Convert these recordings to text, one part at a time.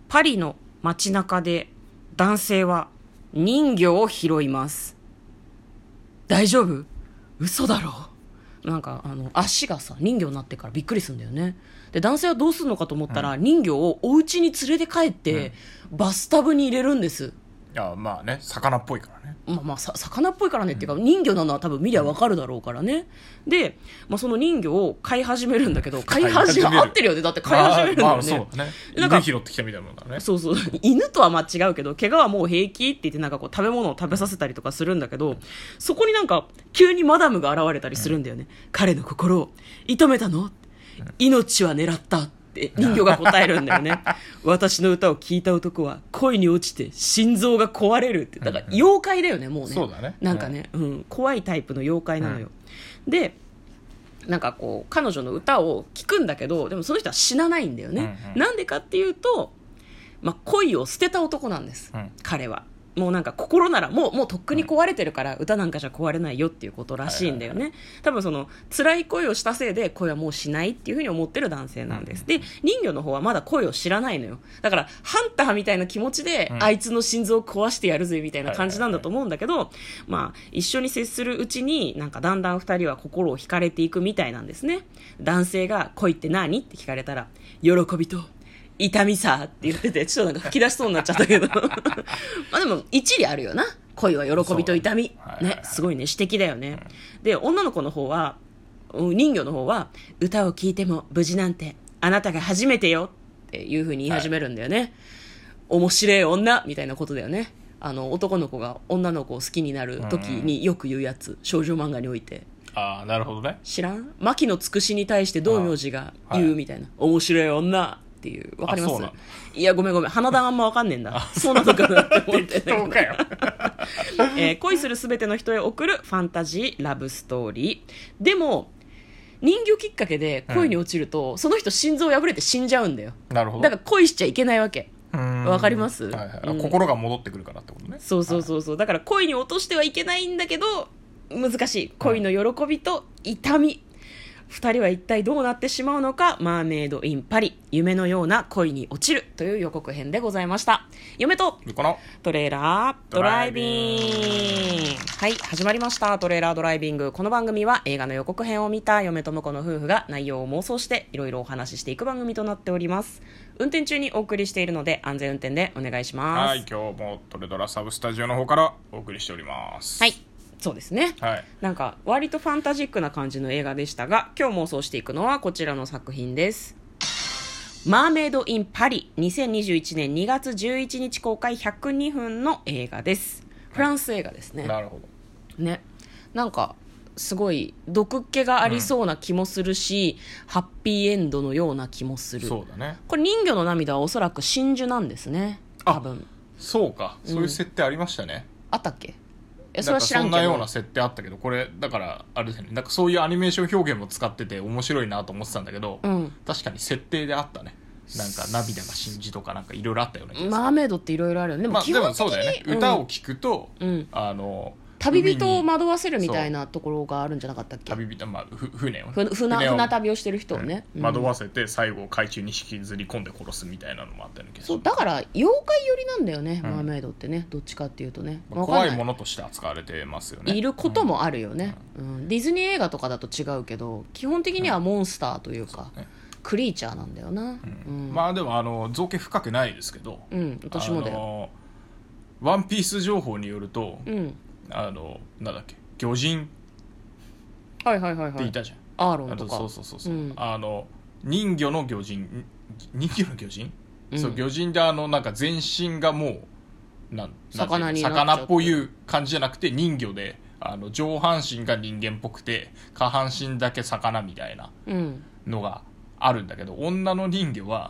パリの街中で男性は人魚を拾います。大丈夫？嘘だろ。なんか足がさ人魚になってからびっくりするんだよね。で男性はどうするのかと思ったら、人魚をお家に連れて帰って、バスタブに入れるんです。 いやまあね、魚っぽいからね。 魚っぽいからねっていうか、人魚なのは多分見りゃ分かるだろうからね。で、その人魚を飼い始めるんだけど、飼い始め合ってるよね。だって飼い始めるんだよね。 そうだね。 なんか犬拾ってきたみたいなもんだね。 そう犬とは違うけど、怪我はもう平気って言ってなんかこう食べ物を食べさせたりとかするんだけど、そこになんか急にマダムが現れたりするんだよね。彼の心を射止めたの？命は狙ったって人魚が答えるんだよね。私の歌を聴いた男は恋に落ちて心臓が壊れるって。だから妖怪だよね、もうね。 そうだね。 なんかね、怖いタイプの妖怪なのよ。でなんかこう彼女の歌を聴くんだけど、でもその人は死なないんだよね。なんでかっていうと、恋を捨てた男なんです、彼は。もうなんか心ならもうとっくに壊れてるから、歌なんかじゃ壊れないよっていうことらしいんだよね。多分その辛い恋をしたせいで恋はもうしないっていうふうに思ってる男性なんです。で人魚の方はまだ恋を知らないのよ。だからハンターみたいな気持ちで、あいつの心臓を壊してやるぜみたいな感じなんだと思うんだけど、一緒に接するうちになんかだんだん二人は心を惹かれていくみたいなんですね。男性が恋って何って聞かれたら、喜びと痛みさって言ってて、ちょっとなんか吹き出しそうになっちゃったけどでも一理あるよな。恋は喜びと痛み、ね、すごいね、詩的だよね。で女の子の方は、人魚の方は、歌を聴いても無事なんてあなたが初めてよっていう風に言い始めるんだよね。面白い女みたいなことだよね。男の子が女の子を好きになる時によく言うやつ、少女漫画において。 ああ、なるほどね。 知らん？牧野つくしに対して道明寺が言うみたいな、面白い女っていう。わかります？いやごめん花壇あんまわかんねえんだ。そうなのかなって思って適当かよ恋するすべての人へ送るファンタジーラブストーリーでも、人魚きっかけで恋に落ちると、その人心臓破れて死んじゃうんだよ。 なるほど。 だから恋しちゃいけないわけ。わかります？ 心が戻ってくるからってことね。 そうだから恋に落としてはいけないんだけど、難しい恋の喜びと痛み、二人は一体どうなってしまうのか。マーメイドインパリ、夢のような恋に落ちるという予告編でございました。嫁とトレーラードライビング。はい、始まりました。トレーラードライビング。この番組は映画の予告編を見た嫁と婿の夫婦が内容を妄想していろいろお話ししていく番組となっております。運転中にお送りしているので安全運転でお願いします。 はい、今日もトレドラサブスタジオの方からお送りしております。 はい、そうですね、なんか割とファンタジックな感じの映画でしたが、今日妄想していくのはこちらの作品です。マーメイドインパリ、2021年2月11日公開、102分の映画です。フランス映画ですね。 なるほどね。なんかすごい毒っ気がありそうな気もするし、ハッピーエンドのような気もする。 そうだね。 これ人魚の涙はおそらく真珠なんですね、多分。 そうか、そういう設定ありましたね。 あったっけ？ そんなような設定あったけど、これだからあれですね、なんかそういうアニメーション表現も使ってて面白いなと思ってたんだけど、確かに設定であったね。なんか涙が真珠とかなんかいろいろあったよね。 マーメイドっていろいろあるよね。でも基本的に、 そうだよね。歌を聴くと、 旅人を惑わせるみたいなところがあるんじゃなかったっけ？ 旅人、船を船旅をしてる人をね、 惑わせて最後海中に引きずり込んで殺すみたいなのもあったよね。 そうだから妖怪寄りなんだよね、マーメイドってね。どっちかっていうとね、 怖いものとして扱われてますよね。 いることもあるよね、ディズニー映画とかだと違うけど、基本的にはモンスターというか、クリーチャーなんだよな。 まあでも造形深くないですけど、 私もだよ。 ワンピース情報によると、なんだっけ、魚人っていたじゃん、 アーロンとか。 そう、人魚の魚人、そう、魚人でなんか全身がもう魚になっちゃって、 魚っぽい感じじゃなくて人魚で、上半身が人間っぽくて下半身だけ魚みたいなのがあるんだけど、女の人魚は、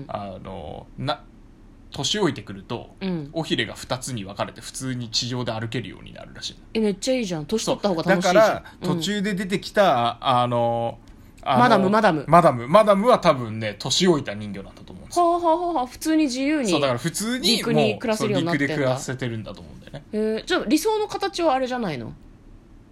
年老いてくると、尾ひれが2つに分かれて普通に地上で歩けるようになるらしい。 めっちゃいいじゃん。年取った方が楽しいじゃん。 だから途中で出てきた、 マダムは多分ね、年老いた人魚なんだと思うんですよ。 普通に自由に、 そうだから普通に暮らせるようになってんだ。 陸で暮らせてるんだと思うんだよね。 じゃあ理想の形はあれじゃないの？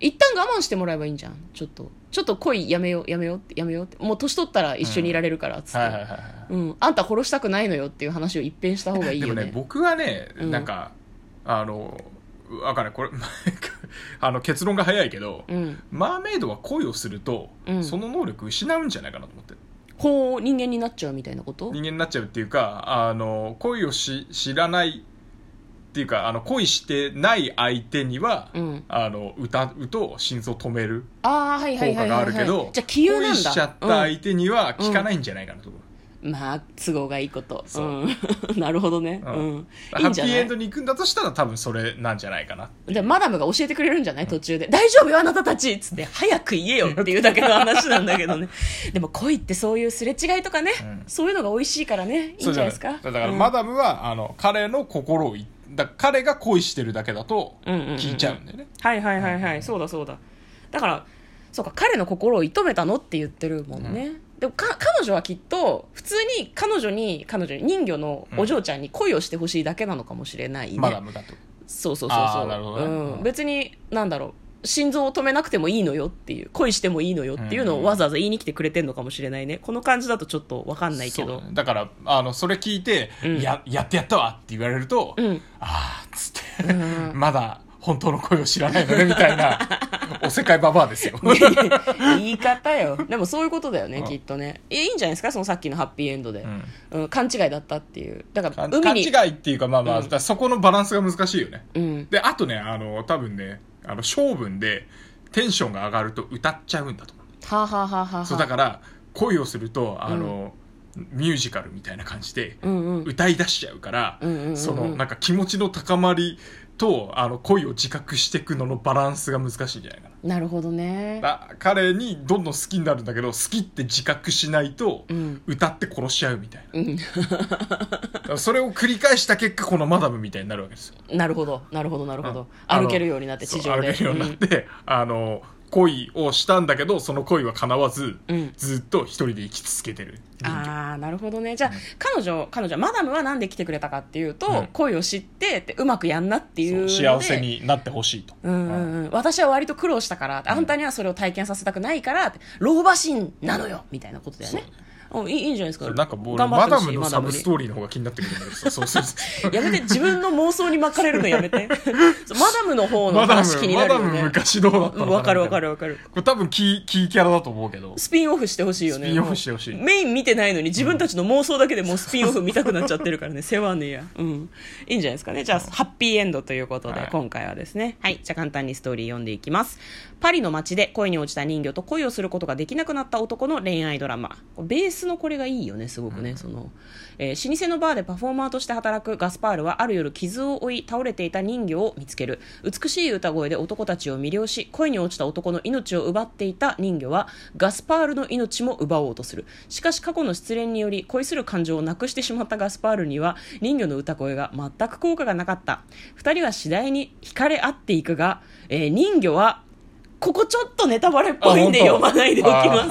一旦我慢してもらえばいいんじゃん。ちょっと恋やめようってもう年取ったら一緒にいられるからっつって、あんた殺したくないのよっていう話を一変した方がいいよね。 でもね、僕はね、なんかわかんないこれ結論が早いけど、マーメイドは恋をすると、その能力失うんじゃないかなと思って。 ほう、人間になっちゃうみたいなこと？ 人間になっちゃうっていうか、恋を知らないっていうか、恋してない相手には、歌うと心臓止める効果があるけど、 じゃあ杞憂なんだ。 恋しちゃった相手には効かないんじゃないかなと思う。 まあ都合がいいこと。なるほどね。 ハッピーエンドに行くんだとしたら多分それなんじゃないかな。 でマダムが教えてくれるんじゃない？途中で大丈夫よあなたたちっつって早く言えよっていうだけの話なんだけどね。でも恋ってそういうすれ違いとかね、そういうのが美味しいからね、いいんじゃないですか。 だからマダムは彼の心を彼が恋してるだけだと聞いちゃうんだよね。 はい、そうだだからそうか、彼の心を射止めたのって言ってるもんね。でも彼女はきっと普通に彼女に人魚のお嬢ちゃんに恋をしてほしいだけなのかもしれないね。 マダムだと。 そうなるほどね。 別になんだろう、心臓を止めなくてもいいのよっていう、恋してもいいのよっていうのをわざわざ言いに来てくれてんのかもしれないね。この感じだとちょっと分かんないけど、 だからそれ聞いて、やってやったわって言われると、あーっつって、まだ本当の恋を知らないのねみたいなおせっかいババアですよ。 言い方よ。でもそういうことだよね、きっとね。いいんじゃないですか、そのさっきのハッピーエンドで、勘違いだったっていう。だから勘違いっていうか、そこのバランスが難しいよね。であとね、多分ね、性分でテンションが上がると歌っちゃうんだと思う。そうだから恋をするとミュージカルみたいな感じで歌い出しちゃうから、そのなんか気持ちの高まりと恋を自覚していくののバランスが難しいんじゃないかな。 なるほどね。 彼にどんどん好きになるんだけど、好きって自覚しないと、歌って殺しちゃうみたいな、それを繰り返した結果このマダムみたいになるわけですよ。 なるほど、歩けるようになって地上で歩けるようになって、恋をしたんだけどその恋は叶わず、ずっと一人で生き続けてる。 なるほどね。じゃあ、彼女マダムはなんで来てくれたかっていうと、恋を知ってうまくやんなっていうので幸せになってほしいと、 私は割と苦労したから、あんたにはそれを体験させたくないから老婆心なのよみたいなことだよね。いいんじゃないですか。 なんかもうマダムのサブストーリーの方が気になってくるんだけどやめて、自分の妄想に巻かれるのやめて。マダムの方の話気になるよね。 マダム昔どうだったのかな。 わかる。 これ多分キーキャラだと思うけど、 スピンオフしてほしいよね。 スピンオフしてほしい。 メイン見てないのに自分たちの妄想だけでもうスピンオフ見たくなっちゃってるからね。世話ねえや。いいんじゃないですかね。じゃあハッピーエンドということで、今回はですね、じゃあ簡単にストーリー読んでいきます。パリの街で恋に落ちた人魚と恋をすることができなくなった男の恋愛ドラマ。ベースのこれがいいよね、すごくね。老舗のバーでパフォーマーとして働くガスパールはある夜傷を負い倒れていた人魚を見つける。美しい歌声で男たちを魅了し、恋に落ちた男の命を奪っていた人魚はガスパールの命も奪おうとする。しかし過去の失恋により恋する感情をなくしてしまったガスパールには人魚の歌声が全く効果がなかった。二人は次第に惹かれ合っていくが、人魚はここちょっとネタバレっぽいんで読まないでおきます。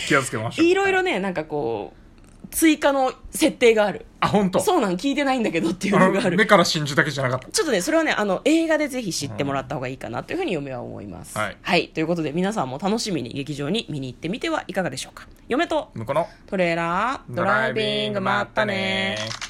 気をつけましょう。 いろいろね、なんかこう追加の設定がある。 本当。 そうなん、聞いてないんだけどっていうのがある。 目から真珠だけじゃなかった。 ちょっとね、それはね、映画でぜひ知ってもらった方がいいかなというふうに嫁は思います。はい、ということで皆さんも楽しみに劇場に見に行ってみてはいかがでしょうか。嫁と向こうのトレーラードライビング、まったね。